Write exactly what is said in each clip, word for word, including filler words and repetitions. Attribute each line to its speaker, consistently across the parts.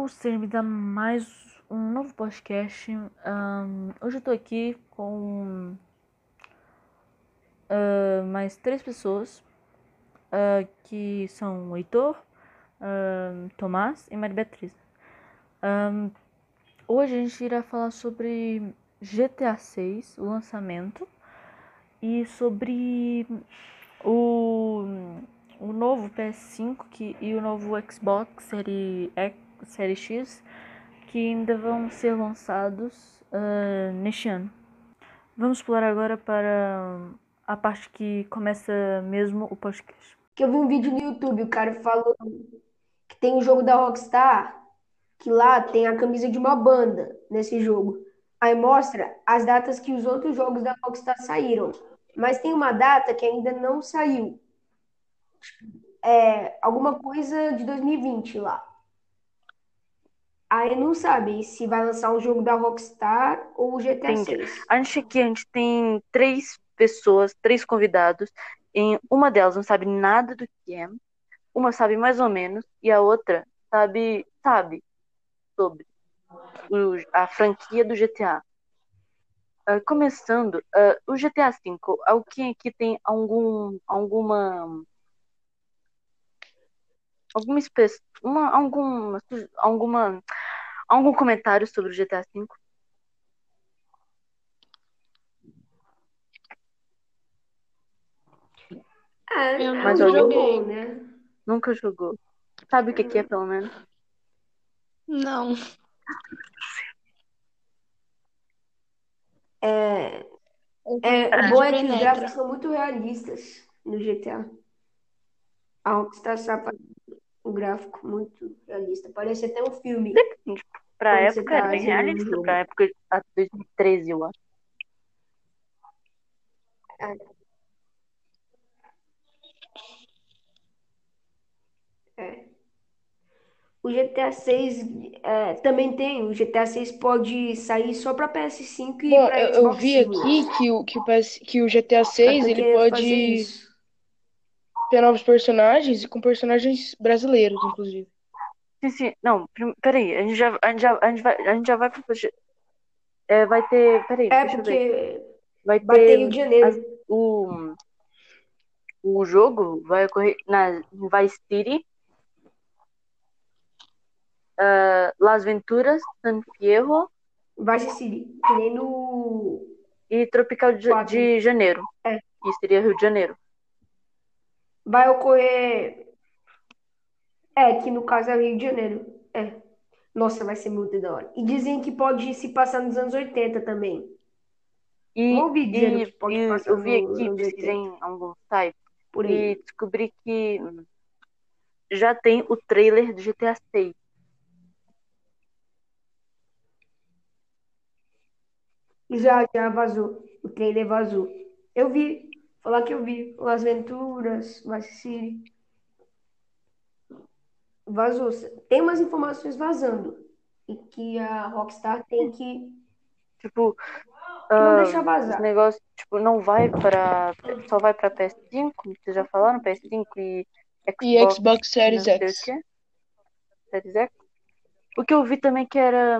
Speaker 1: Sejam bem-vindos a mais um novo podcast. Ahn, hoje eu tô aqui com ah, mais três pessoas, ah, que são o Heitor, ah, Tomás e Maria Beatriz. Ahn, hoje a gente irá falar sobre G T A seis, o lançamento, e sobre o, o novo P S cinco que, e o novo Xbox Series X, Série X, que ainda vão ser lançados uh, neste ano. Vamos pular agora para a parte que começa mesmo o podcast.
Speaker 2: Que eu vi um vídeo no YouTube, o cara falou que tem um jogo da Rockstar, que lá tem a camisa de uma banda nesse jogo. Aí mostra as datas que os outros jogos da Rockstar saíram. Mas tem uma data que ainda não saiu. É alguma coisa de dois mil e vinte lá. Aí não sabe se vai lançar um jogo da Rockstar ou o G T A
Speaker 1: Entendi.
Speaker 2: seis.
Speaker 1: A gente aqui a gente tem três pessoas, três convidados. E uma delas não sabe nada do que é, uma sabe mais ou menos, e a outra sabe, sabe sobre o- a franquia do G T A. Ah, começando, ah, o G T A V, alguém aqui tem algum, alguma, alguma espécie, uma, alguma, alguma, algum comentário sobre o G T A V?
Speaker 2: É,
Speaker 3: Eu
Speaker 2: é um
Speaker 1: Mais
Speaker 3: nunca
Speaker 2: jogo
Speaker 1: alguém?
Speaker 3: joguei.
Speaker 2: bom, né?
Speaker 1: Nunca jogou. Sabe o que que é, pelo menos?
Speaker 3: Não.
Speaker 2: É,
Speaker 3: Eu
Speaker 2: é, o
Speaker 3: joguei
Speaker 2: bom
Speaker 3: de
Speaker 2: é que os gráficos
Speaker 3: penetra.
Speaker 2: são muito realistas no G T A. A Rockstar sabe um gráfico muito realista. Parece até um filme
Speaker 1: Depende. Pra
Speaker 2: quando você
Speaker 1: época era
Speaker 2: tá
Speaker 1: bem
Speaker 2: zerando o
Speaker 1: realista, pra
Speaker 2: jogo.
Speaker 1: época de ah, dois mil e treze, eu acho.
Speaker 2: É, é. O G T A seis é, também tem. O G T A seis pode sair só para P S cinco e
Speaker 3: Bom,
Speaker 2: para
Speaker 3: eu, eu
Speaker 2: Xbox
Speaker 3: vi aqui
Speaker 2: Series.
Speaker 3: que o, que o, P S que o G T A
Speaker 2: Os caras
Speaker 3: seis
Speaker 2: estão
Speaker 3: ele
Speaker 2: querendo fazer
Speaker 3: pode
Speaker 2: isso.
Speaker 3: ter novos personagens e com personagens brasileiros, inclusive.
Speaker 1: Sim, sim. Não, prim- peraí. A gente já, a gente já, a gente vai, a gente já vai pro... É, vai ter... Peraí,
Speaker 2: É
Speaker 1: deixa eu ver.
Speaker 2: porque
Speaker 1: Vai
Speaker 2: vai ter
Speaker 1: ter...
Speaker 2: Rio de
Speaker 1: as-
Speaker 2: Janeiro.
Speaker 1: o, o jogo vai ocorrer na em Vice City, ah, Las Venturas, San Fierro
Speaker 2: Vice City. Que nem no
Speaker 1: e Tropical de,
Speaker 2: quatro.
Speaker 1: de Janeiro.
Speaker 2: É.
Speaker 1: Que seria Rio de Janeiro.
Speaker 2: Vai ocorrer. É, que no caso é Rio de Janeiro. É. Nossa, vai ser muito da hora. E dizem que pode se passar nos anos oitenta também. Não
Speaker 1: E,
Speaker 2: ouvi dizendo que
Speaker 1: e,
Speaker 2: pode
Speaker 1: e
Speaker 2: passar
Speaker 1: eu vi
Speaker 2: nos
Speaker 1: aqui,
Speaker 2: anos
Speaker 1: pesquisei
Speaker 2: oitenta.
Speaker 1: em algum site
Speaker 2: Por
Speaker 1: e
Speaker 2: aí.
Speaker 1: descobri que já tem o trailer do G T A seis.
Speaker 2: Já, já vazou. O trailer vazou. Eu vi. Falar que eu vi. Las Venturas, Vice City. Vazou. Tem umas informações vazando. E que a Rockstar tem que,
Speaker 1: Tipo,
Speaker 2: que não
Speaker 1: ah,
Speaker 2: deixar
Speaker 1: os
Speaker 2: vazar.
Speaker 1: negócios, tipo, não vai para, só vai para P S cinco, vocês já falaram, P S cinco e
Speaker 3: E
Speaker 1: Xbox
Speaker 3: Xbox
Speaker 1: e não
Speaker 3: Series
Speaker 1: sei o
Speaker 3: X.
Speaker 1: que, Series X. O que eu vi também que era,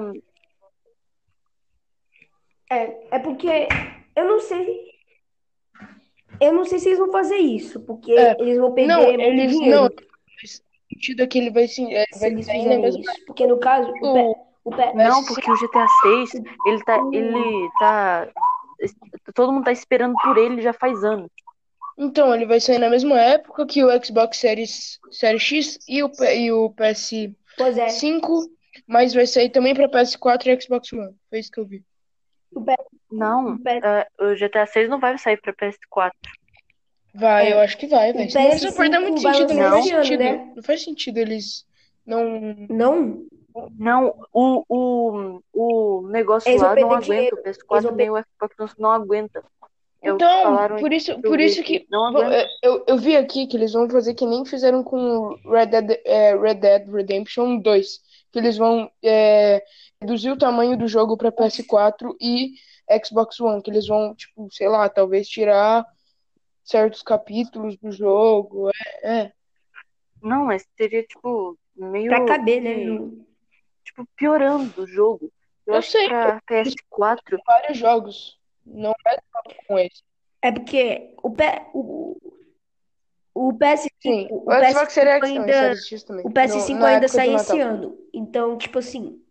Speaker 2: É, é porque eu não sei. Eu não sei se eles vão fazer isso,
Speaker 3: É,
Speaker 2: porque eles vão
Speaker 3: não,
Speaker 2: perder muito
Speaker 3: eles não.
Speaker 2: dinheiro
Speaker 3: Mas o sentido é que ele vai, sim, é, ele
Speaker 2: se
Speaker 3: vai
Speaker 2: eles
Speaker 3: sair na
Speaker 2: fizerem
Speaker 3: mesma
Speaker 2: isso. Porque no caso, o,
Speaker 3: época
Speaker 2: P,
Speaker 3: o
Speaker 2: o, P,
Speaker 1: não,
Speaker 3: P S cinco.
Speaker 1: porque o G T A seis, ele tá,
Speaker 2: o,
Speaker 1: ele tá, todo mundo tá esperando por ele já faz anos.
Speaker 3: Então, ele vai sair na mesma época que o Xbox Series, Series X e o, P- e o P S
Speaker 2: pois é,
Speaker 3: cinco, mas vai sair também para P S quatro e Xbox One. Foi isso que eu vi.
Speaker 2: o, P,
Speaker 1: Não,
Speaker 2: o, P,
Speaker 1: ah, o G T A seis não vai sair para P S quatro.
Speaker 3: Vai, eu
Speaker 2: é,
Speaker 3: acho que vai,
Speaker 2: o
Speaker 3: velho. Senão eles vão perder
Speaker 2: P S cinco
Speaker 3: muito
Speaker 2: vai
Speaker 3: sentido. Não
Speaker 2: lançar
Speaker 3: faz
Speaker 1: Não,
Speaker 2: esse ano,
Speaker 3: sentido.
Speaker 2: né?
Speaker 3: Não faz sentido eles não.
Speaker 2: Não?
Speaker 1: não, o, o, o negócio
Speaker 2: Eles vão
Speaker 1: lá não
Speaker 2: perder
Speaker 1: aguenta, o
Speaker 2: dinheiro. Eles
Speaker 1: P S quatro
Speaker 2: vão
Speaker 1: nem
Speaker 2: perder.
Speaker 1: o Xbox One não aguenta. É o que
Speaker 3: Então,
Speaker 1: falaram
Speaker 3: por
Speaker 1: aqui
Speaker 3: isso,
Speaker 1: que eu
Speaker 3: por
Speaker 1: vi
Speaker 3: isso
Speaker 1: aqui.
Speaker 3: que.
Speaker 1: Não
Speaker 3: Bom,
Speaker 1: aguenta.
Speaker 3: é, eu, eu vi aqui que eles vão fazer que nem fizeram com Red Dead, é, Red Dead Redemption dois. Que eles vão é, reduzir o tamanho do jogo para P S quatro e Xbox One. Que eles vão, tipo, sei lá, talvez tirar certos capítulos do jogo. É, é.
Speaker 1: Não, mas seria tipo
Speaker 2: Pra
Speaker 1: meio
Speaker 2: caber, né?
Speaker 1: que.
Speaker 2: No,
Speaker 1: tipo, piorando o jogo. Eu
Speaker 3: Eu
Speaker 1: acho que
Speaker 3: sei,
Speaker 1: pra P S quatro.
Speaker 3: vários jogos. Não é só com esse.
Speaker 2: É porque o, P- o, o
Speaker 3: Sim,
Speaker 2: P S cinco,
Speaker 3: o
Speaker 2: o
Speaker 3: Xbox Series
Speaker 2: P S cinco
Speaker 3: X também,
Speaker 2: ainda,
Speaker 3: Series X também.
Speaker 2: o P S
Speaker 3: No,
Speaker 2: cinco
Speaker 3: na
Speaker 2: ainda
Speaker 3: época do
Speaker 2: sai esse
Speaker 3: Natal.
Speaker 2: ano. Então, tipo assim,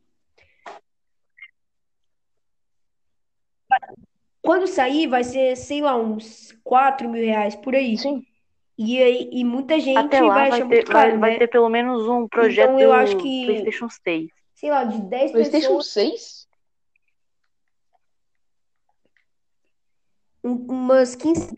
Speaker 2: quando sair vai ser, sei lá, uns quatro mil reais por aí.
Speaker 3: Sim.
Speaker 2: E aí, e muita
Speaker 1: Até
Speaker 2: gente
Speaker 1: lá
Speaker 2: vai
Speaker 1: vai
Speaker 2: achar muito
Speaker 1: ter, vai,
Speaker 2: caro,
Speaker 1: vai
Speaker 2: né?
Speaker 1: ter pelo menos um projeto
Speaker 2: Então eu acho
Speaker 1: do
Speaker 2: que,
Speaker 1: PlayStation seis.
Speaker 2: sei lá, de dez
Speaker 3: PlayStation
Speaker 2: pessoas,
Speaker 3: seis?
Speaker 2: um- umas quinze,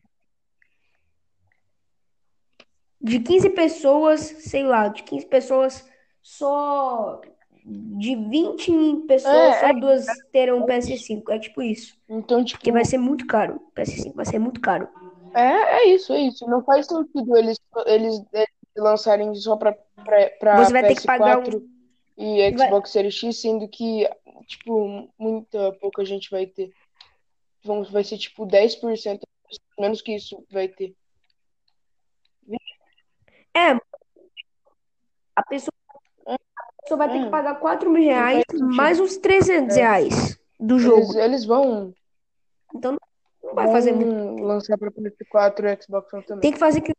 Speaker 2: de quinze pessoas, sei lá, de quinze pessoas, só de vinte pessoas,
Speaker 3: É,
Speaker 2: só
Speaker 3: é.
Speaker 2: duas terão o P S cinco. É tipo isso.
Speaker 3: Então,
Speaker 2: Porque vai
Speaker 3: tipo,
Speaker 2: ser muito caro. O P S cinco vai ser muito caro.
Speaker 3: é, é isso, é isso. Não faz sentido eles, eles, eles lançarem só pra, pra, pra
Speaker 2: Você vai ter que pagar um.
Speaker 3: P S quatro e
Speaker 2: Vai...
Speaker 3: Xbox Series X, sendo que, tipo, muita pouca gente vai ter. Vamos, vai ser tipo dez por cento, menos que isso vai ter.
Speaker 2: É, a pessoa
Speaker 3: É,
Speaker 2: só vai ter que
Speaker 3: é,
Speaker 2: pagar quatro mil
Speaker 3: não
Speaker 2: reais
Speaker 3: faz sentido.
Speaker 2: mais uns trezentos
Speaker 3: É,
Speaker 2: reais do
Speaker 3: eles,
Speaker 2: jogo.
Speaker 3: eles vão,
Speaker 2: Então não vai fazer muito.
Speaker 3: vão lançar pra P S quatro e Xbox One
Speaker 2: Tem
Speaker 3: também.
Speaker 2: que fazer que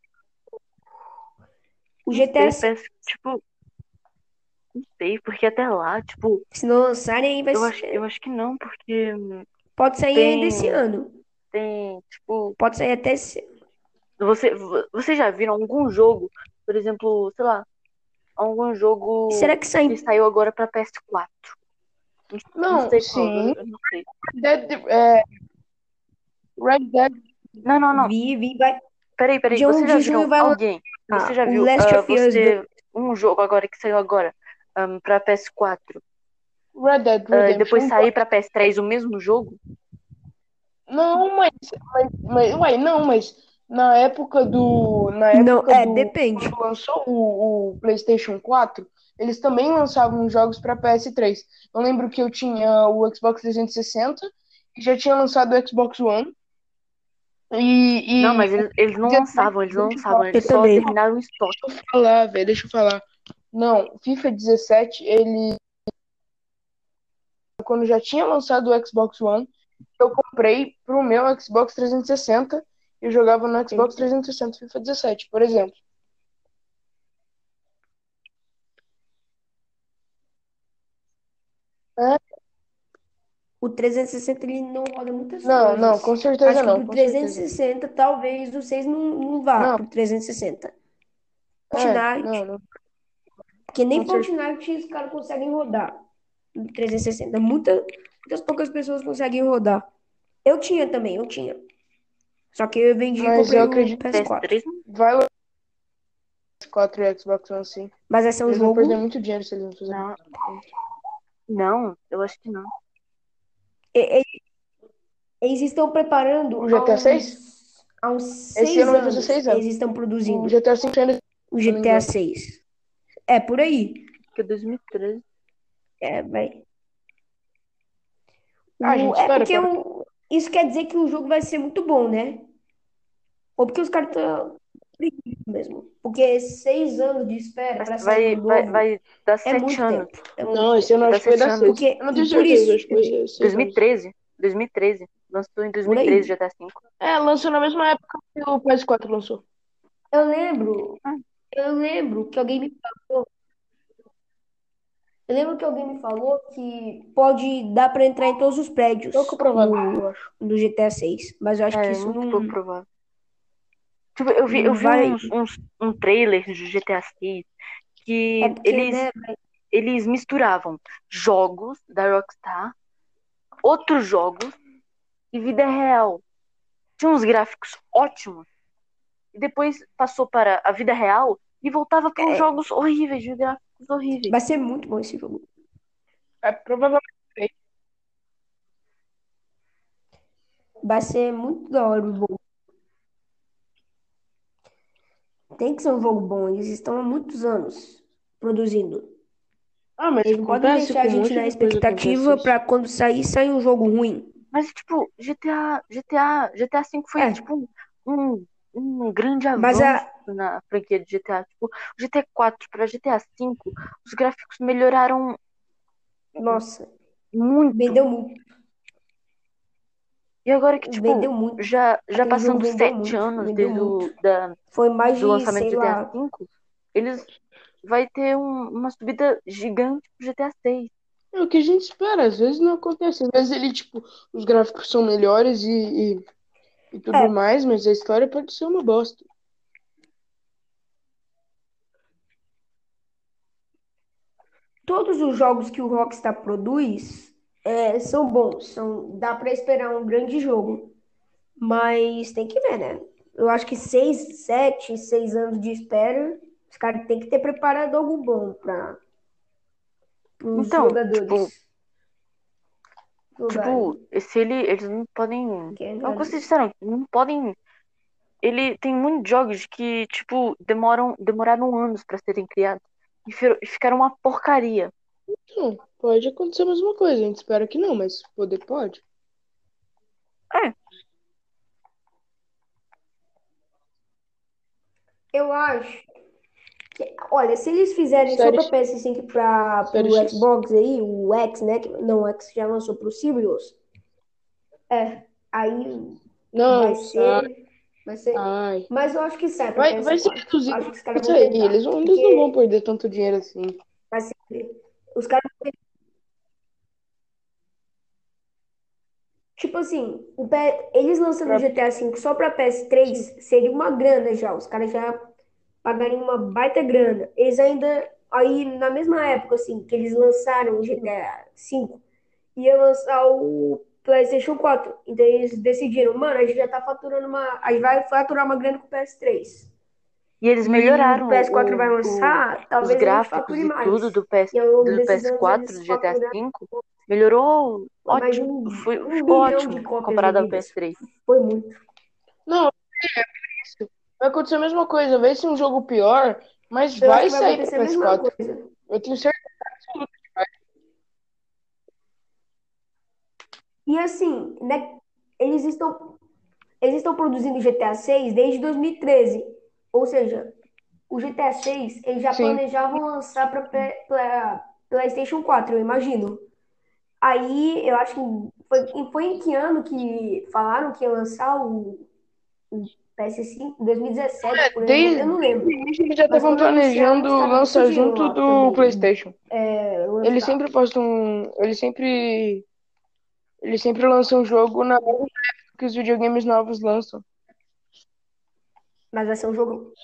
Speaker 2: o
Speaker 1: Não
Speaker 2: G T A
Speaker 1: sei,
Speaker 2: seis,
Speaker 1: parece, tipo, não sei, porque até lá, tipo,
Speaker 2: se não lançarem aí vai
Speaker 1: eu acho, eu
Speaker 2: ser.
Speaker 1: acho que não, porque
Speaker 2: Pode sair ainda esse
Speaker 1: tem,
Speaker 2: ano.
Speaker 1: tem, tipo,
Speaker 2: Pode sair até esse.
Speaker 1: você, você já viram algum jogo, por exemplo, sei lá, algum jogo
Speaker 2: Será que sai?
Speaker 1: que saiu agora pra P S quatro? Não, não
Speaker 3: Não,
Speaker 1: sei qual, eu,
Speaker 3: sim.
Speaker 1: eu não sei.
Speaker 3: Dead, é, Red Dead.
Speaker 1: Não, não, não.
Speaker 2: Vi, vi, vai.
Speaker 1: Peraí, peraí.
Speaker 2: Dia um
Speaker 1: Você já
Speaker 2: de junho
Speaker 1: viram
Speaker 2: vai
Speaker 1: alguém? Você
Speaker 2: lançar
Speaker 1: já
Speaker 2: o
Speaker 1: viu
Speaker 2: Last
Speaker 1: ah,
Speaker 2: of Us dois.
Speaker 1: você um jogo agora que saiu agora um, pra P S quatro
Speaker 3: Red Dead
Speaker 1: ah, e depois
Speaker 3: Redemption.
Speaker 1: sair pra P S três o mesmo jogo?
Speaker 3: Não, mas, mas, mas, uai, não, mas na época do, na
Speaker 2: Não,
Speaker 3: época
Speaker 2: é,
Speaker 3: do,
Speaker 2: depende.
Speaker 3: quando lançou o, o PlayStation quatro, eles também lançavam jogos para P S três. Eu lembro que eu tinha o Xbox trezentos e sessenta e já tinha lançado o Xbox One
Speaker 1: Não,
Speaker 3: e, e
Speaker 1: mas eles, eles não
Speaker 3: dezessete,
Speaker 1: lançavam, eles não
Speaker 3: deixa eu falar,
Speaker 1: lançavam,
Speaker 2: Eu
Speaker 1: eles só
Speaker 2: também.
Speaker 1: terminaram o estoque.
Speaker 3: deixa eu falar, velho, deixa eu falar. Não, FIFA dezessete, ele quando já tinha lançado o Xbox One, eu comprei pro meu Xbox trezentos e sessenta e jogava no Xbox trezentos e sessenta FIFA dezessete, por exemplo. É,
Speaker 2: O trezentos e sessenta ele não roda muitas
Speaker 3: não, não,
Speaker 2: coisas.
Speaker 3: com certeza
Speaker 2: Acho que
Speaker 3: não,
Speaker 2: pro
Speaker 3: com certeza.
Speaker 2: trezentos e sessenta, talvez o seis não, não vá
Speaker 3: Não,
Speaker 2: pro trezentos e sessenta.
Speaker 3: é, não,
Speaker 2: Fortnite,
Speaker 3: não,
Speaker 2: porque nem
Speaker 3: com certeza.
Speaker 2: Fortnite os caras conseguem rodar no trezentos e sessenta. Muita, muitas poucas pessoas conseguem rodar. Eu tinha também, eu tinha. Só que eu vendi e
Speaker 3: Mas eu
Speaker 2: comprei o
Speaker 3: acredito
Speaker 2: P S quatro.
Speaker 1: P S três?
Speaker 3: vai lançar P S quatro e Xbox One sim.
Speaker 2: Mas vai ser um
Speaker 3: Eles vão perder
Speaker 2: jogo.
Speaker 3: muito dinheiro se eles não fizerem.
Speaker 1: Não, não, eu acho que não.
Speaker 2: e- e- Eles estão
Speaker 3: O
Speaker 2: preparando há
Speaker 3: G T A seis?
Speaker 2: uns, há uns
Speaker 3: Esse ano
Speaker 2: seis
Speaker 3: vai fazer
Speaker 2: anos.
Speaker 3: seis anos.
Speaker 2: Eles estão
Speaker 3: O
Speaker 2: produzindo
Speaker 3: G T A cinco ainda, se
Speaker 2: o
Speaker 3: eu não me
Speaker 2: G T A
Speaker 3: engano.
Speaker 2: seis. É por aí.
Speaker 1: Porque é dois mil e treze.
Speaker 2: É, vai.
Speaker 3: Ah, a
Speaker 2: O,
Speaker 3: gente
Speaker 2: é
Speaker 3: espera
Speaker 2: porque
Speaker 3: pra...
Speaker 2: o, isso quer dizer que o jogo vai ser muito bom, né? Ou porque os caras estão mesmo. Porque seis anos de espera
Speaker 1: Vai,
Speaker 2: para sair um
Speaker 1: vai, vai,
Speaker 2: novo
Speaker 1: vai dar
Speaker 2: é
Speaker 1: sete
Speaker 2: muito
Speaker 1: anos.
Speaker 2: tempo. É muito
Speaker 3: Não, esse
Speaker 2: tempo.
Speaker 3: ano eu
Speaker 1: Vai
Speaker 3: acho
Speaker 1: dar
Speaker 3: que vai
Speaker 1: sete
Speaker 3: dar
Speaker 1: anos.
Speaker 3: seis.
Speaker 2: Porque,
Speaker 3: Eu não
Speaker 2: e
Speaker 3: tenho
Speaker 2: por
Speaker 3: certeza,
Speaker 2: isso,
Speaker 3: acho que vai ser seis anos.
Speaker 1: dois mil e treze. dois mil e treze. Lançou em
Speaker 2: por
Speaker 1: dois mil e treze
Speaker 2: aí.
Speaker 1: G T A V.
Speaker 3: É, lançou na mesma época que o P S quatro lançou.
Speaker 2: Eu lembro,
Speaker 1: Ah,
Speaker 2: eu lembro que alguém me falou, eu lembro que alguém me falou que pode dar para entrar em todos os
Speaker 3: Pouco
Speaker 2: prédios
Speaker 3: provável,
Speaker 2: no,
Speaker 3: eu acho.
Speaker 2: no G T A seis, mas eu acho que
Speaker 1: é
Speaker 2: isso
Speaker 1: muito pouco
Speaker 2: não,
Speaker 1: provável. Tipo, eu vi, eu
Speaker 2: não
Speaker 1: vi
Speaker 2: vai.
Speaker 1: uns, uns, um trailer de G T A seis
Speaker 2: É
Speaker 1: que
Speaker 2: porque,
Speaker 1: eles,
Speaker 2: né?
Speaker 1: eles misturavam jogos da Rockstar, outros jogos e vida real. Tinha uns gráficos ótimos. E depois passou para a vida real e voltava para uns
Speaker 2: É,
Speaker 1: jogos horríveis, de gráficos horríveis.
Speaker 2: vai ser muito bom esse jogo.
Speaker 3: É, provavelmente.
Speaker 2: Vai ser muito da hora o jogo. Tem que ser um jogo bom. Eles estão há muitos anos produzindo.
Speaker 3: Ah, mas
Speaker 2: Eles não podem
Speaker 3: acontece
Speaker 2: deixar a
Speaker 3: com um
Speaker 2: gente
Speaker 3: monte
Speaker 2: na
Speaker 3: de coisa acontece
Speaker 2: expectativa
Speaker 3: isso.
Speaker 2: para quando sair, sair um jogo ruim.
Speaker 1: Mas, tipo, G T A, G T A, G T A V foi,
Speaker 2: É,
Speaker 1: tipo, um, um, um grande
Speaker 2: mas
Speaker 1: avanço
Speaker 2: a,
Speaker 1: na franquia de G T A. Tipo, o G T A quatro para G T A V, os gráficos melhoraram
Speaker 2: Nossa,
Speaker 1: Muito.
Speaker 2: vendeu muito.
Speaker 1: E agora que, tipo,
Speaker 2: Vendeu muito.
Speaker 1: já, já
Speaker 2: Aquele jogo
Speaker 1: passando
Speaker 2: vendeu
Speaker 1: sete
Speaker 2: muito.
Speaker 1: anos
Speaker 2: Vendeu
Speaker 1: desde
Speaker 2: muito.
Speaker 1: o da,
Speaker 2: Foi mais
Speaker 1: do
Speaker 2: de,
Speaker 1: lançamento do
Speaker 2: sei
Speaker 1: G T A
Speaker 2: lá.
Speaker 1: V, eles vai ter um- uma subida gigante pro G T A seis.
Speaker 3: É o que a gente espera, às vezes não acontece. Às vezes ele, tipo, os gráficos são melhores e, e, e tudo
Speaker 2: É,
Speaker 3: mais, mas a história pode ser uma bosta.
Speaker 2: todos os jogos que o Rockstar produz é, são bons. São, dá pra esperar um grande jogo. Mas tem que ver, né? Eu acho que seis, sete, seis anos de espera, os caras têm que ter preparado algo bom para os
Speaker 1: Então, tipo,
Speaker 2: jogadores jogarem.
Speaker 1: tipo, se ele, eles não podem.
Speaker 2: Que é
Speaker 1: É o que
Speaker 2: engano.
Speaker 1: vocês disseram, não podem. Ele tem muitos jogos que, tipo, demoram, demoraram anos pra serem criados e fi- ficaram uma porcaria.
Speaker 3: Não, pode acontecer a mesma coisa. A gente espera que não, mas poder pode.
Speaker 1: É,
Speaker 2: Eu acho que, olha, se eles fizerem só
Speaker 3: Série,
Speaker 2: para P S cinco e para
Speaker 3: série
Speaker 2: o
Speaker 3: X.
Speaker 2: Xbox aí, o X, né? que- Não, o X já lançou para o Sirius. É, aí vai
Speaker 3: Não, sai,
Speaker 2: ser, vai ser.
Speaker 3: sai.
Speaker 2: Mas eu acho que sai para
Speaker 3: Vai, vai ser
Speaker 2: P S quatro. Eu
Speaker 3: reduzido.
Speaker 2: acho que os caras
Speaker 3: Isso
Speaker 2: vão
Speaker 3: aí,
Speaker 2: tentar.
Speaker 3: eles, vão- eles não vão
Speaker 2: Porque
Speaker 3: perder tanto dinheiro assim.
Speaker 2: vai ser, os caras. Tipo assim, o P- eles lançando o
Speaker 3: Pra-
Speaker 2: G T A V só pra P S três
Speaker 3: sim.
Speaker 2: seria uma grana já. Os caras já pagariam uma baita grana. Eles ainda, aí na mesma época assim, que eles lançaram o G T A V, ia lançar o PlayStation quatro. Então eles decidiram, mano, a gente já tá faturando uma. A gente vai faturar uma grana com o P S três.
Speaker 1: e eles
Speaker 2: E o
Speaker 1: melhoraram
Speaker 2: P S quatro vai
Speaker 1: o, o,
Speaker 2: lançar,
Speaker 1: os
Speaker 2: talvez a gente
Speaker 1: gráficos
Speaker 2: fature
Speaker 1: e tudo
Speaker 2: mais.
Speaker 1: do P S,
Speaker 2: E ao longo
Speaker 1: do
Speaker 2: desses anos
Speaker 1: P S quatro,
Speaker 2: eles
Speaker 1: do G T A
Speaker 2: faturaram
Speaker 1: V. Melhorou
Speaker 2: foi mais de
Speaker 1: ótimo,
Speaker 2: um,
Speaker 1: foi,
Speaker 2: um
Speaker 1: ficou
Speaker 2: bilhão de
Speaker 1: ótimo
Speaker 2: cópias
Speaker 1: comparado ao
Speaker 2: vendidas.
Speaker 1: P S três.
Speaker 2: Foi muito.
Speaker 3: Não, isso. Vai acontecer a mesma coisa. Vai ser um jogo pior, mas
Speaker 2: Eu acho
Speaker 3: vai
Speaker 2: que vai
Speaker 3: sair pra
Speaker 2: acontecer a mesma
Speaker 3: P S quatro.
Speaker 2: coisa.
Speaker 3: Eu tenho certeza absoluta que vai.
Speaker 2: E assim, né, eles estão, eles estão produzindo G T A seis desde dois mil e treze. Ou seja, o G T A seis eles já
Speaker 3: Sim.
Speaker 2: planejavam lançar para PlayStation quatro, eu imagino. Aí eu acho que foi, foi em que ano que falaram que ia lançar o, o P S cinco? dois mil e dezessete, por aí, eu não eu
Speaker 3: Desde
Speaker 2: não
Speaker 3: o
Speaker 2: lembro.
Speaker 3: início eles já
Speaker 2: Mas
Speaker 3: estavam
Speaker 2: quando anunciaram,
Speaker 3: planejando
Speaker 2: os caras
Speaker 3: lançar
Speaker 2: decidiram
Speaker 3: junto
Speaker 2: lá
Speaker 3: do
Speaker 2: também
Speaker 3: PlayStation.
Speaker 2: é,
Speaker 3: Eles
Speaker 2: lançar.
Speaker 3: sempre postam. Eles sempre. Eles sempre lançam um jogo na mesma época que os videogames novos lançam.
Speaker 2: Mas vai ser um jogo.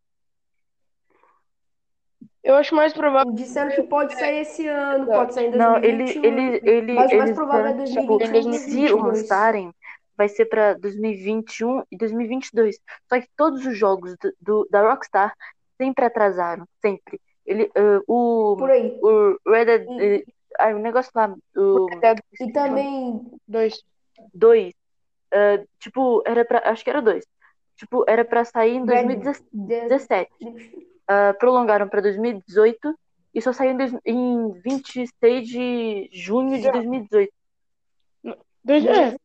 Speaker 3: Eu acho mais provável
Speaker 2: Disseram que pode sair esse ano,
Speaker 3: que
Speaker 2: pode sair em
Speaker 1: Não, ele,
Speaker 2: dois mil e vinte e um,
Speaker 1: ele, ele,
Speaker 2: mas o mais
Speaker 1: eles
Speaker 2: provável é
Speaker 1: disseram que, tipo,
Speaker 3: em
Speaker 2: dois mil e vinte e um,
Speaker 1: se
Speaker 3: dois mil e vinte e um.
Speaker 2: dois mil e vinte e dois.
Speaker 1: lançarem, vai ser pra dois mil e vinte e um e dois mil e vinte e dois. Só que todos os jogos do, do- da Rockstar sempre atrasaram, sempre. Ele, eh, o,
Speaker 2: Por aí.
Speaker 1: o Red Dead,
Speaker 2: E,
Speaker 1: eh, ah, o negócio lá, o
Speaker 3: Red Dead
Speaker 2: e
Speaker 1: esqueci o nome,
Speaker 2: também
Speaker 3: dois.
Speaker 1: dois, eh, tipo, era pra, acho que era dois. Tipo, era pra sair em
Speaker 2: Red
Speaker 1: dois mil e
Speaker 2: Dead
Speaker 1: dezessete. Ah, prolongaram pra dois mil e dezoito e só saiu em, dois- em vinte e seis de junho de
Speaker 3: Já.
Speaker 1: dois mil e dezoito.
Speaker 3: Dois, é,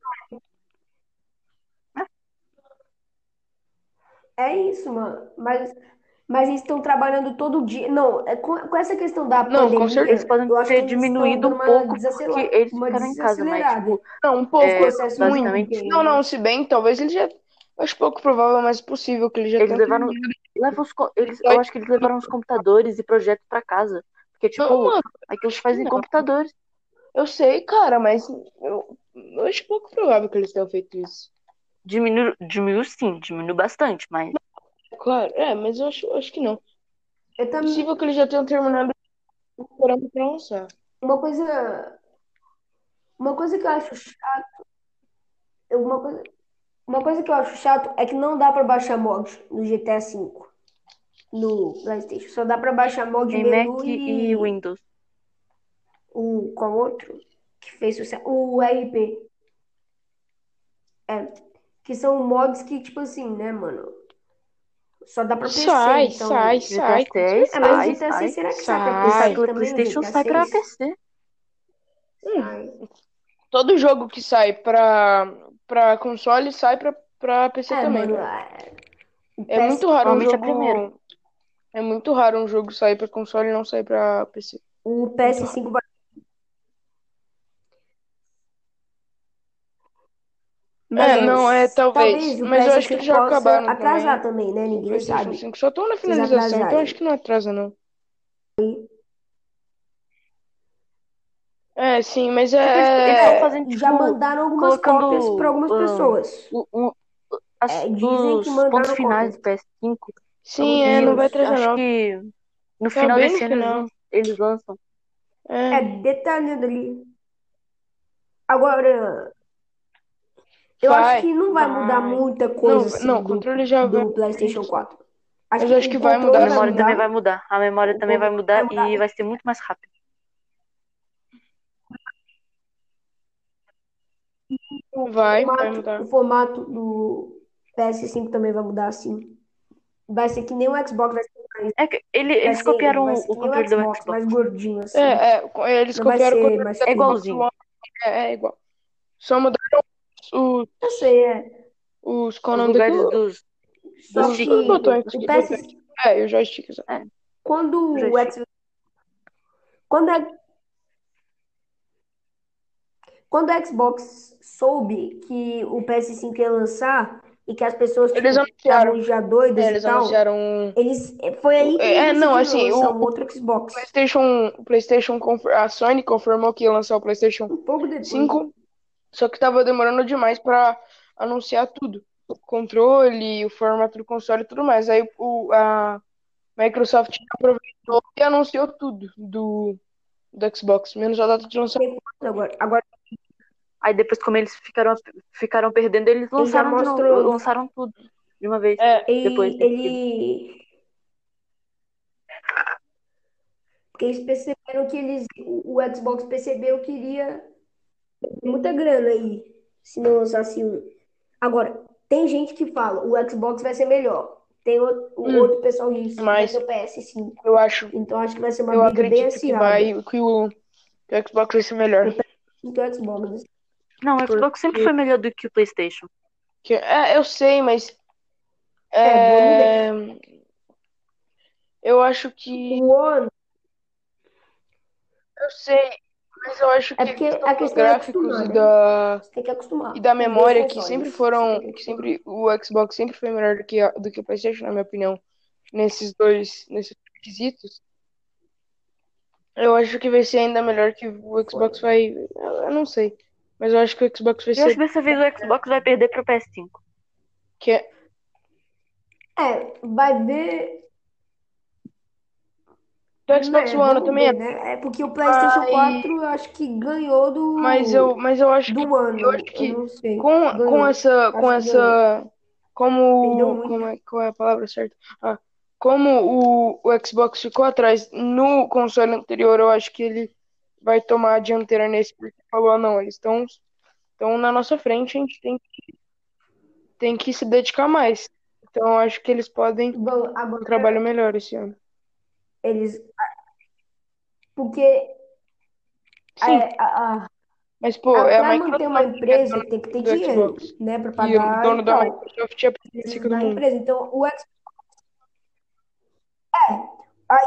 Speaker 2: é isso, mano. Mas, mas eles estão trabalhando todo dia. Não, é com, com essa questão da
Speaker 3: não, com certeza.
Speaker 1: Eles
Speaker 2: pandemia,
Speaker 1: podem
Speaker 2: eu acho que
Speaker 1: ter
Speaker 2: eles estão
Speaker 1: diminuído
Speaker 2: dando
Speaker 1: um
Speaker 2: uma,
Speaker 1: pouco porque
Speaker 2: desacela-
Speaker 1: eles
Speaker 2: uma
Speaker 1: ficaram em casa, mas, tipo,
Speaker 2: desacelerada
Speaker 3: Não, um
Speaker 2: nos
Speaker 3: pouco,
Speaker 1: é,
Speaker 2: processos de
Speaker 3: muito.
Speaker 1: basicamente,
Speaker 3: Não, não,
Speaker 2: games.
Speaker 3: se bem, talvez ele já. Acho pouco provável, mas possível que ele já
Speaker 1: eles
Speaker 3: tenha
Speaker 1: levaram.
Speaker 3: terminado.
Speaker 1: Levam os, co- eles,
Speaker 3: Só
Speaker 1: eu
Speaker 3: isso.
Speaker 1: acho que eles levaram os computadores e projetos pra casa. Porque,
Speaker 3: Não,
Speaker 1: tipo,
Speaker 3: mano,
Speaker 1: aquilo se
Speaker 3: acho que
Speaker 1: faz em
Speaker 3: não.
Speaker 1: computadores.
Speaker 3: Eu sei, cara, mas eu, eu acho pouco provável que eles tenham feito isso.
Speaker 1: Diminuiu, diminuiu sim, diminuiu bastante, mas
Speaker 3: Claro, é, mas eu acho, acho que não.
Speaker 2: Eu também,
Speaker 3: Possível que eles já tenham terminado esperando pra lançar.
Speaker 2: uma coisa, uma coisa que eu acho chato, uma coisa, uma coisa que eu acho chato é que não dá pra baixar mod no G T A V, no PlayStation. Só dá pra baixar mod
Speaker 1: em Mac
Speaker 2: menu
Speaker 1: e
Speaker 2: e
Speaker 1: Windows.
Speaker 2: o qual outro que fez sucesso, o R P, é, que são mods que tipo assim, né, mano? Só dá pra P C,
Speaker 3: Sai, sai,
Speaker 2: então.
Speaker 3: sai, com
Speaker 1: G T A seis
Speaker 2: É, mas o
Speaker 3: certeza.
Speaker 1: sai,
Speaker 2: G T A seis
Speaker 1: sai.
Speaker 2: será que sai pra
Speaker 1: Ele sai
Speaker 3: Sai.
Speaker 2: P C
Speaker 1: pela
Speaker 2: também, o
Speaker 1: PlayStation,
Speaker 2: G T A
Speaker 1: sai pra
Speaker 2: seis?
Speaker 1: P C.
Speaker 3: Hum,
Speaker 2: Sai.
Speaker 3: todo jogo que sai pra, pra console sai pra, pra P C
Speaker 2: É,
Speaker 3: também.
Speaker 2: mano, é, o
Speaker 3: É
Speaker 2: PS,
Speaker 3: muito raro um
Speaker 1: Normalmente é primeiro.
Speaker 3: jogo. É muito raro um jogo sair pra console e não sair pra P C.
Speaker 2: o
Speaker 3: Muito raro.
Speaker 2: P S cinco vai. Mas
Speaker 3: É, não, é talvez.
Speaker 2: talvez o
Speaker 3: Mas eu acho que eles
Speaker 2: P S cinco
Speaker 3: já
Speaker 2: possa
Speaker 3: acabaram
Speaker 2: atrasar
Speaker 3: também.
Speaker 2: também, né?
Speaker 3: O
Speaker 2: Ninguém
Speaker 3: PlayStation
Speaker 2: sabe
Speaker 3: cinco só estão na
Speaker 2: se eles
Speaker 3: finalização, então acho
Speaker 2: atrasarem.
Speaker 3: que não atrasa, não. É, sim, mas
Speaker 1: Tipo, eles estão
Speaker 3: é.
Speaker 1: fazendo,
Speaker 2: É, já
Speaker 1: tipo,
Speaker 2: mandaram algumas cópias para
Speaker 1: colocando
Speaker 2: algumas
Speaker 1: ahn,
Speaker 2: pessoas.
Speaker 1: o- o- as-
Speaker 2: É, dizem que
Speaker 1: os pontos
Speaker 2: mandaram
Speaker 1: finais
Speaker 2: cópias
Speaker 1: do P S cinco.
Speaker 2: para
Speaker 3: Sim,
Speaker 2: algumas
Speaker 3: é, não
Speaker 1: E
Speaker 3: vai
Speaker 2: pessoas.
Speaker 3: atrasar,
Speaker 1: acho
Speaker 3: não.
Speaker 1: que no
Speaker 3: Tá
Speaker 1: final
Speaker 3: bem no
Speaker 1: desse ano eles,
Speaker 3: final.
Speaker 1: lan- eles lançam.
Speaker 2: É,
Speaker 3: É,
Speaker 2: detalhando ali. Agora, eu acho
Speaker 3: vai,
Speaker 2: que não vai mudar
Speaker 3: vai.
Speaker 2: muita
Speaker 3: Não,
Speaker 2: coisa
Speaker 3: não, o
Speaker 2: assim do,
Speaker 3: controle já vai
Speaker 2: do
Speaker 3: frente,
Speaker 2: PlayStation
Speaker 3: sim.
Speaker 2: quatro. Acho
Speaker 3: Mas
Speaker 2: que
Speaker 3: eu acho
Speaker 2: o
Speaker 3: que vai
Speaker 1: A
Speaker 2: controle
Speaker 3: mudar,
Speaker 2: vai
Speaker 1: memória
Speaker 3: sim.
Speaker 1: também
Speaker 2: mudar.
Speaker 1: vai mudar. A memória
Speaker 2: O
Speaker 1: também vai
Speaker 2: controle vai
Speaker 1: mudar
Speaker 2: mudar.
Speaker 1: e vai ser muito mais rápido.
Speaker 2: O
Speaker 3: Vai, vai
Speaker 2: formato, o
Speaker 3: mudar.
Speaker 2: formato do P S cinco também vai mudar assim. Vai ser que nem o Xbox, vai ser mais,
Speaker 1: É que ele-
Speaker 2: vai
Speaker 1: eles
Speaker 2: ser,
Speaker 1: copiaram
Speaker 2: vai
Speaker 1: o,
Speaker 2: ser
Speaker 1: o
Speaker 2: que nem o
Speaker 1: controle do
Speaker 2: Xbox,
Speaker 1: Xbox.
Speaker 2: mais gordinho assim.
Speaker 3: É, é, co- eles
Speaker 2: Não vai
Speaker 3: copiaram o
Speaker 2: ser
Speaker 3: controle
Speaker 2: mais
Speaker 3: da
Speaker 1: É
Speaker 2: fino.
Speaker 3: Xbox
Speaker 1: igualzinho.
Speaker 3: One. É, é igual. Só mudaram os,
Speaker 2: Eu sei, é.
Speaker 3: os, qual é o
Speaker 1: Os
Speaker 3: nome
Speaker 1: lugares
Speaker 3: daquilo?
Speaker 1: dos, dos
Speaker 2: Só
Speaker 3: Os,
Speaker 1: sticks.
Speaker 3: os
Speaker 2: que
Speaker 3: botões.
Speaker 1: Dos
Speaker 2: o
Speaker 1: sticks.
Speaker 2: P S,
Speaker 3: Botões. É, e o joystick, exato.
Speaker 1: É,
Speaker 2: quando
Speaker 1: o
Speaker 2: o
Speaker 1: joystick.
Speaker 2: X, quando a, quando o Xbox soube que o P S cinco ia lançar e que as pessoas
Speaker 3: Eles
Speaker 2: tipo
Speaker 3: anunciaram.
Speaker 2: estavam já
Speaker 3: É,
Speaker 2: doidas e
Speaker 3: eles
Speaker 2: tal,
Speaker 3: anunciaram.
Speaker 2: eles foi
Speaker 3: o-
Speaker 2: aí que eles
Speaker 3: É, não,
Speaker 2: decidiram
Speaker 3: assim,
Speaker 2: lançar
Speaker 3: o,
Speaker 2: um
Speaker 3: o
Speaker 2: outro Xbox.
Speaker 3: PlayStation, o PlayStation, conf- a Sony confirmou que ia lançar o PlayStation
Speaker 2: Um pouco depois.
Speaker 3: cinco, só que tava demorando demais pra anunciar tudo. O controle, o formato do console e tudo mais. Aí o, a Microsoft aproveitou e anunciou tudo do, do Xbox, menos a data de lançamento.
Speaker 2: Agora, agora
Speaker 1: Aí depois, como eles ficaram, ficaram perdendo, eles
Speaker 2: ele já
Speaker 1: lançaram de novo.
Speaker 2: mostrou,
Speaker 1: Lançaram tudo de uma vez.
Speaker 3: É,
Speaker 1: Depois
Speaker 2: ele,
Speaker 1: em seguida.
Speaker 2: ele porque eles perceberam que eles, o o Xbox percebeu que iria ter muita grana aí se não lançasse um. Agora, tem gente que fala, o Xbox vai ser melhor. Tem o, o
Speaker 3: hum,
Speaker 2: outro pessoal diz, vai
Speaker 3: mas
Speaker 2: ser o P S cinco.
Speaker 3: eu acho,
Speaker 2: Então acho que vai ser uma
Speaker 3: eu
Speaker 2: briga bem
Speaker 3: acredito que
Speaker 2: acirrada.
Speaker 3: vai, que o, que o Xbox vai ser melhor.
Speaker 2: O P S cinco e o Xbox.
Speaker 1: Não, o Xbox sempre
Speaker 3: Porque,
Speaker 1: foi melhor do que o PlayStation.
Speaker 3: que- é, eu sei, mas
Speaker 2: É, vamos
Speaker 3: é,
Speaker 2: ver.
Speaker 3: eu acho que,
Speaker 2: O One,
Speaker 3: eu sei, mas eu acho
Speaker 2: é
Speaker 3: que a
Speaker 2: porque
Speaker 3: questão
Speaker 2: a
Speaker 3: dos
Speaker 2: questão é
Speaker 3: gráficos
Speaker 2: acostumar,
Speaker 3: e
Speaker 2: né?
Speaker 3: da
Speaker 2: Você tem que
Speaker 3: e
Speaker 2: acostumar.
Speaker 3: da
Speaker 2: Os dois
Speaker 3: memória que sempre
Speaker 2: consoles. Você tem
Speaker 3: foram,
Speaker 2: que
Speaker 3: que
Speaker 2: acostumar.
Speaker 3: sempre o Xbox sempre foi melhor do que a- do que o PlayStation, na minha opinião, nesses dois, nesses quesitos. Eu acho que vai ser ainda melhor que o
Speaker 2: Foi.
Speaker 3: Xbox vai, eu eu não sei, mas eu acho que o Xbox vai
Speaker 1: Eu acho
Speaker 3: ser
Speaker 1: que dessa vez o Xbox vai perder pro P S cinco.
Speaker 3: que é,
Speaker 2: É, vai ver,
Speaker 3: do Xbox
Speaker 2: né?
Speaker 3: One eu
Speaker 2: Vamos
Speaker 3: também,
Speaker 2: ver,
Speaker 3: é,
Speaker 2: né? É porque o PlayStation
Speaker 3: mas,
Speaker 2: quatro eu acho que ganhou
Speaker 3: mas eu,
Speaker 2: do,
Speaker 3: mas eu acho que
Speaker 2: do
Speaker 3: eu acho
Speaker 2: ano. Eu
Speaker 3: que
Speaker 2: não sei.
Speaker 3: com com
Speaker 2: Ganhou.
Speaker 3: essa com
Speaker 2: Acho que ganhou.
Speaker 3: essa
Speaker 2: Perdeu
Speaker 3: como
Speaker 2: muito.
Speaker 3: como é qual é a palavra certa? Ah, como o, o Xbox ficou atrás no console anterior, eu acho que ele vai tomar a dianteira nesse, porque falou, "Ah, não, eles estão estão na nossa frente, a gente tem, tem que se dedicar mais. Então eu acho que eles podem
Speaker 2: Vão,
Speaker 3: um
Speaker 2: agora
Speaker 3: trabalho melhor esse ano.
Speaker 2: eles. Porque
Speaker 3: Sim,
Speaker 2: é, a,
Speaker 3: mas pô, é a
Speaker 2: para manter uma
Speaker 3: Microsoft que é
Speaker 2: empresa
Speaker 3: dona
Speaker 2: tem que ter
Speaker 3: do
Speaker 2: dinheiro,
Speaker 3: Xbox.
Speaker 2: né? Para
Speaker 3: E o
Speaker 2: pagar
Speaker 3: dono
Speaker 2: e
Speaker 3: da
Speaker 2: tal.
Speaker 3: Microsoft é a presidente rica
Speaker 2: Precisa
Speaker 3: do
Speaker 2: da
Speaker 3: mundo.
Speaker 2: empresa. Então, o X, aí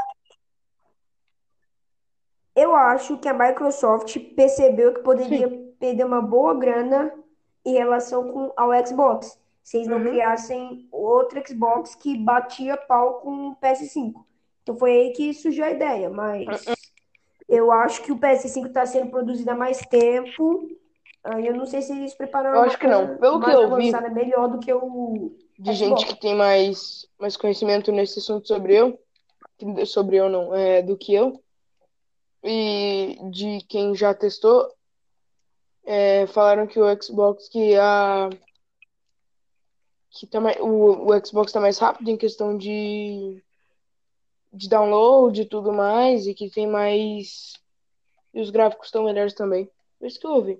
Speaker 2: eu acho que a Microsoft percebeu que
Speaker 3: Sim.
Speaker 2: poderia perder uma boa grana em relação com, ao Xbox, se eles não
Speaker 3: Uhum.
Speaker 2: criassem outro Xbox que batia pau com o P S cinco. Então foi aí que surgiu a ideia, mas eu acho que o P S cinco está sendo produzido há mais tempo. Aí eu não sei se eles
Speaker 3: Eu
Speaker 2: prepararam uma
Speaker 3: acho que não.
Speaker 2: coisa
Speaker 3: Pelo que
Speaker 2: mais
Speaker 3: eu vi
Speaker 2: avançada, melhor do que o
Speaker 3: de gente que
Speaker 2: Xbox.
Speaker 3: tem mais, mais conhecimento nesse assunto sobre eu, que- sobre eu não, é, do que eu, e de quem já testou, é, falaram que o Xbox, que a que tá mais, o, o Xbox tá mais rápido em questão de, de download e tudo mais, e que tem mais. E os gráficos estão melhores também. Foi isso que eu ouvi.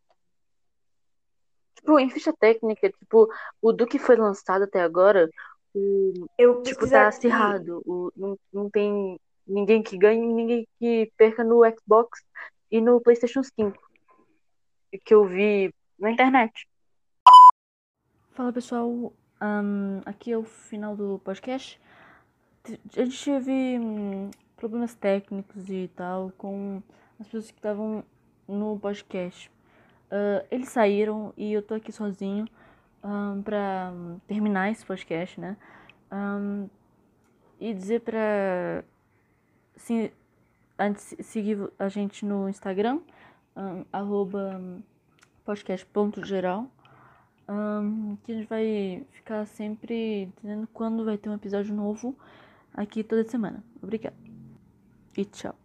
Speaker 1: Tipo, em ficha técnica, tipo, o do que foi lançado até agora, o,
Speaker 2: Eu
Speaker 1: tipo,
Speaker 2: pesquisar
Speaker 1: tá
Speaker 2: aqui,
Speaker 1: acirrado. O, não, não tem ninguém que ganhe e ninguém que perca no Xbox e no PlayStation cinco, que eu vi na internet. Fala pessoal, Ahn, aqui é o final do podcast. T- A gente teve hum, problemas técnicos e tal com as pessoas que estavam no podcast. Uh, eles saíram e eu tô aqui sozinho um, pra um, terminar esse podcast, né? Um, e dizer pra se, antes, seguir a gente no Instagram, um, arroba podcast.geral, um, que a gente vai ficar sempre dizendo quando vai ter um episódio novo aqui toda semana. Obrigada. E tchau.